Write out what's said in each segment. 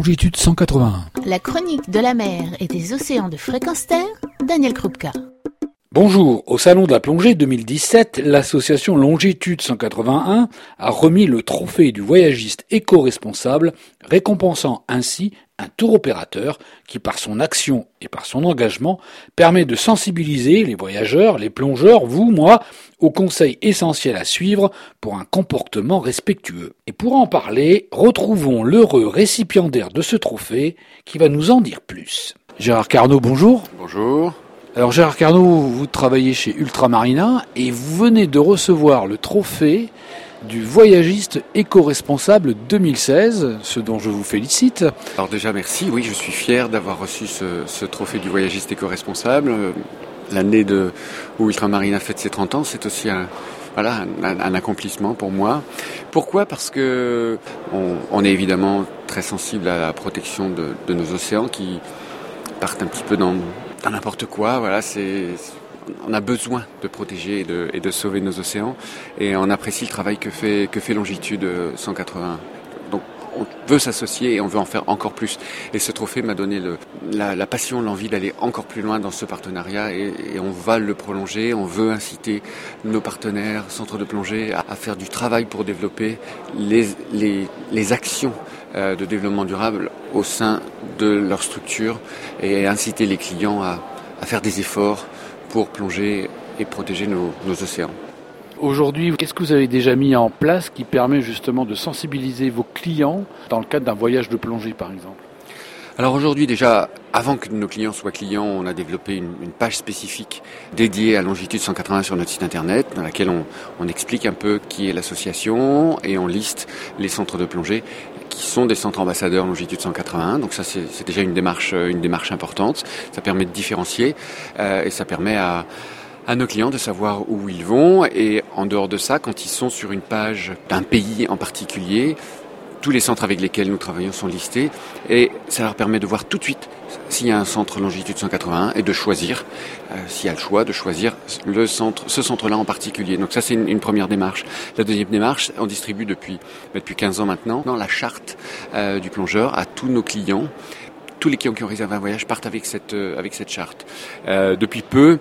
longitude 181. La chronique de la mer et des océans de Fréquence Terre, Daniel Krupka. Bonjour, au Salon de la plongée 2017, l'association Longitude 181 a remis le trophée du voyagiste éco-responsable, récompensant ainsi un tour opérateur qui, par son action et par son engagement, permet de sensibiliser les voyageurs, les plongeurs, vous, moi, aux conseils essentiels à suivre pour un comportement respectueux. Et pour en parler, retrouvons l'heureux récipiendaire de ce trophée qui va nous en dire plus. Gérard Carnot, bonjour. Bonjour. Alors Gérard Carnot, vous travaillez chez Ultramarina et vous venez de recevoir le trophée du voyagiste éco-responsable 2016, ce dont je vous félicite. Alors déjà merci, oui je suis fier d'avoir reçu ce trophée du voyagiste éco-responsable. L'année où Ultramarina fête ses 30 ans, c'est aussi un accomplissement pour moi. Pourquoi ? Parce que on est évidemment très sensible à la protection de nos océans qui partent un petit peu dans n'importe quoi, on a besoin de protéger et de sauver nos océans et on apprécie le travail que fait Longitude 181. Donc on veut s'associer et on veut en faire encore plus. Et ce trophée m'a donné la passion, l'envie d'aller encore plus loin dans ce partenariat et on va le prolonger. On veut inciter nos partenaires, centres de plongée, à faire du travail pour développer les actions de développement durable au sein de leur structure et inciter les clients à faire des efforts pour plonger et protéger nos océans. Aujourd'hui, qu'est-ce que vous avez déjà mis en place qui permet justement de sensibiliser vos clients dans le cadre d'un voyage de plongée par exemple ? Alors aujourd'hui déjà, avant que nos clients soient clients, on a développé une page spécifique dédiée à Longitude 180 sur notre site internet dans laquelle on explique un peu qui est l'association et on liste les centres de plongée qui sont des centres ambassadeurs Longitude 181. Donc ça c'est déjà une démarche importante. Ça permet de différencier et ça permet à nos clients de savoir où ils vont et en dehors de ça, quand ils sont sur une page d'un pays en particulier, tous les centres avec lesquels nous travaillons sont listés et ça leur permet de voir tout de suite s'il y a un centre Longitude 181 et de choisir, s'il y a le choix, de choisir ce centre-là en particulier. Donc ça c'est une première démarche. La deuxième démarche, on distribue depuis 15 ans maintenant la charte du plongeur à tous nos clients. Tous les clients qui ont réservé un voyage partent avec cette charte. Depuis peu,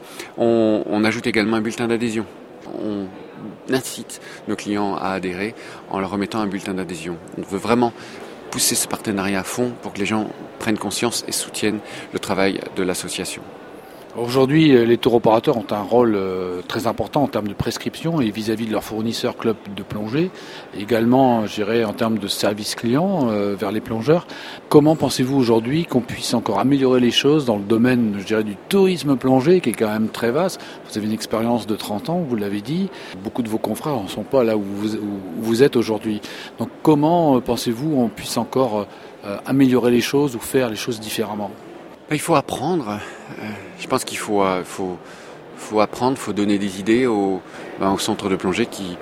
on ajoute également un bulletin d'adhésion. On incite nos clients à adhérer en leur remettant un bulletin d'adhésion. On veut vraiment pousser ce partenariat à fond pour que les gens prennent conscience et soutiennent le travail de l'association. Aujourd'hui, les tours opérateurs ont un rôle très important en termes de prescription et vis-à-vis de leurs fournisseurs clubs de plongée, également, je dirais, en termes de service client vers les plongeurs. Comment pensez-vous aujourd'hui qu'on puisse encore améliorer les choses dans le domaine, je dirais, du tourisme plongée, qui est quand même très vaste ? Vous avez une expérience de 30 ans, vous l'avez dit. Beaucoup de vos confrères ne sont pas là où vous êtes aujourd'hui. Donc comment pensez-vous on puisse encore améliorer les choses ou faire les choses différemment ? Il faut apprendre. Je pense qu'il faut apprendre, il faut donner des idées aux centres de plongée qui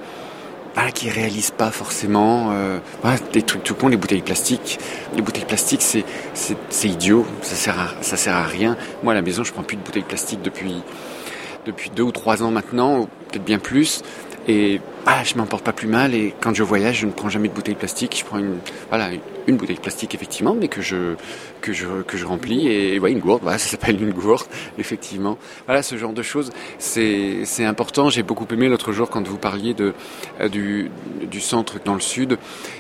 réalisent pas forcément des trucs tout cons, les bouteilles plastiques. Les bouteilles plastiques, c'est idiot, ça sert à rien. Moi à la maison, je prends plus de bouteilles plastiques depuis 2 ou 3 ans maintenant, ou peut-être bien plus. Et je m'en porte pas plus mal et quand je voyage, je ne prends jamais de bouteille plastique. Je prends une bouteille plastique effectivement, mais que je remplis et une gourde. Ça s'appelle une gourde effectivement. Voilà, ce genre de choses, c'est important. J'ai beaucoup aimé l'autre jour quand vous parliez du centre dans le sud,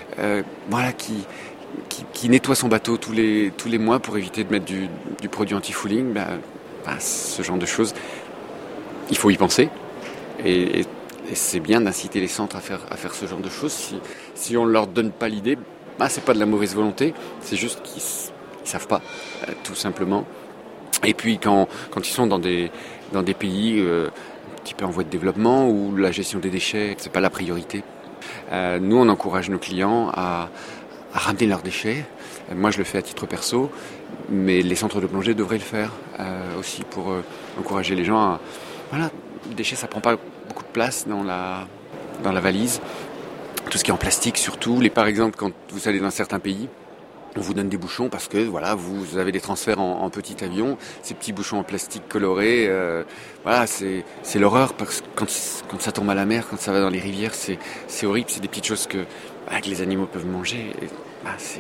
qui nettoie son bateau tous les mois pour éviter de mettre du produit anti-fouling. Ce genre de choses, il faut y penser et c'est bien d'inciter les centres à faire ce genre de choses. Si on ne leur donne pas l'idée, c'est pas de la mauvaise volonté, c'est juste qu'ils savent pas, tout simplement. Et puis quand ils sont dans des pays un petit peu en voie de développement où la gestion des déchets, c'est pas la priorité. Nous, on encourage nos clients à ramener leurs déchets. Moi, je le fais à titre perso, mais les centres de plongée devraient le faire aussi pour encourager les gens à... les déchets, ça prend pas beaucoup de place dans la valise. Tout ce qui est en plastique surtout. Par exemple, quand vous allez dans certains pays, on vous donne des bouchons parce que vous avez des transferts en petit avion. Ces petits bouchons en plastique colorés, c'est l'horreur parce que quand ça tombe à la mer, quand ça va dans les rivières, c'est horrible. C'est des petites choses que les animaux peuvent manger. Et,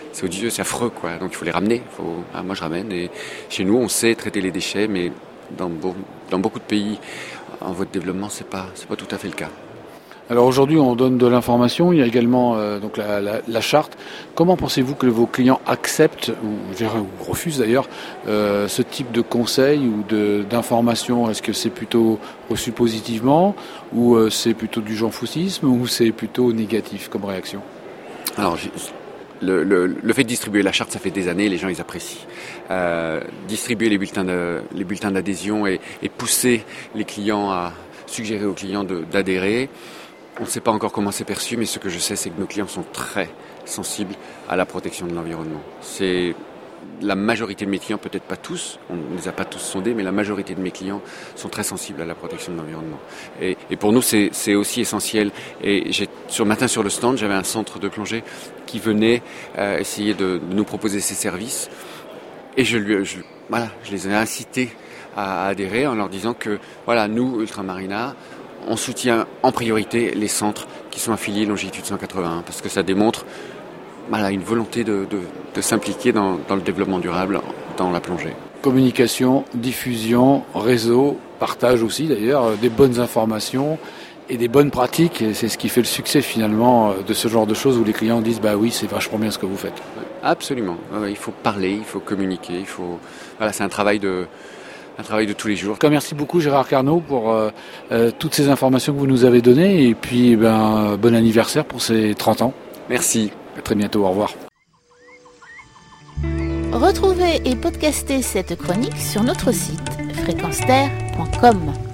c'est odieux, c'est affreux, quoi. Donc il faut les ramener. Moi je ramène. Et chez nous, on sait traiter les déchets, mais dans beaucoup de pays en voie de développement, c'est pas tout à fait le cas. Alors aujourd'hui, on donne de l'information. Il y a également donc la charte. Comment pensez-vous que vos clients acceptent ou refusent d'ailleurs ce type de conseils ou d'informations? Est-ce que c'est plutôt reçu positivement ou c'est plutôt du jean-foutisme ou c'est plutôt négatif comme réaction? Alors, le fait de distribuer la charte, ça fait des années, les gens ils apprécient. Distribuer les bulletins d'adhésion et pousser les clients à suggérer aux clients d'adhérer. On ne sait pas encore comment c'est perçu, mais ce que je sais, c'est que nos clients sont très sensibles à la protection de l'environnement. C'est la majorité de mes clients, peut-être pas tous, on ne les a pas tous sondés, mais la majorité de mes clients sont très sensibles à la protection de l'environnement. Et pour nous, c'est aussi essentiel. Et sur le stand, j'avais un centre de plongée qui venait essayer de nous proposer ses services. Et je les ai incités à adhérer en leur disant que, nous, Ultramarina, on soutient en priorité les centres qui sont affiliés Longitude 181 parce que ça démontre une volonté de s'impliquer dans le développement durable dans la plongée. Communication, diffusion, réseau, partage aussi d'ailleurs, des bonnes informations et des bonnes pratiques. Et c'est ce qui fait le succès finalement de ce genre de choses où les clients disent oui, c'est vachement bien ce que vous faites. Absolument. Il faut parler, il faut communiquer, c'est un travail de tous les jours. Merci beaucoup Gérard Carnot pour toutes ces informations que vous nous avez données et puis bon anniversaire pour ces 30 ans. Merci. À très bientôt, au revoir. Retrouvez et podcastez cette chronique sur notre site fréquenceterre.com.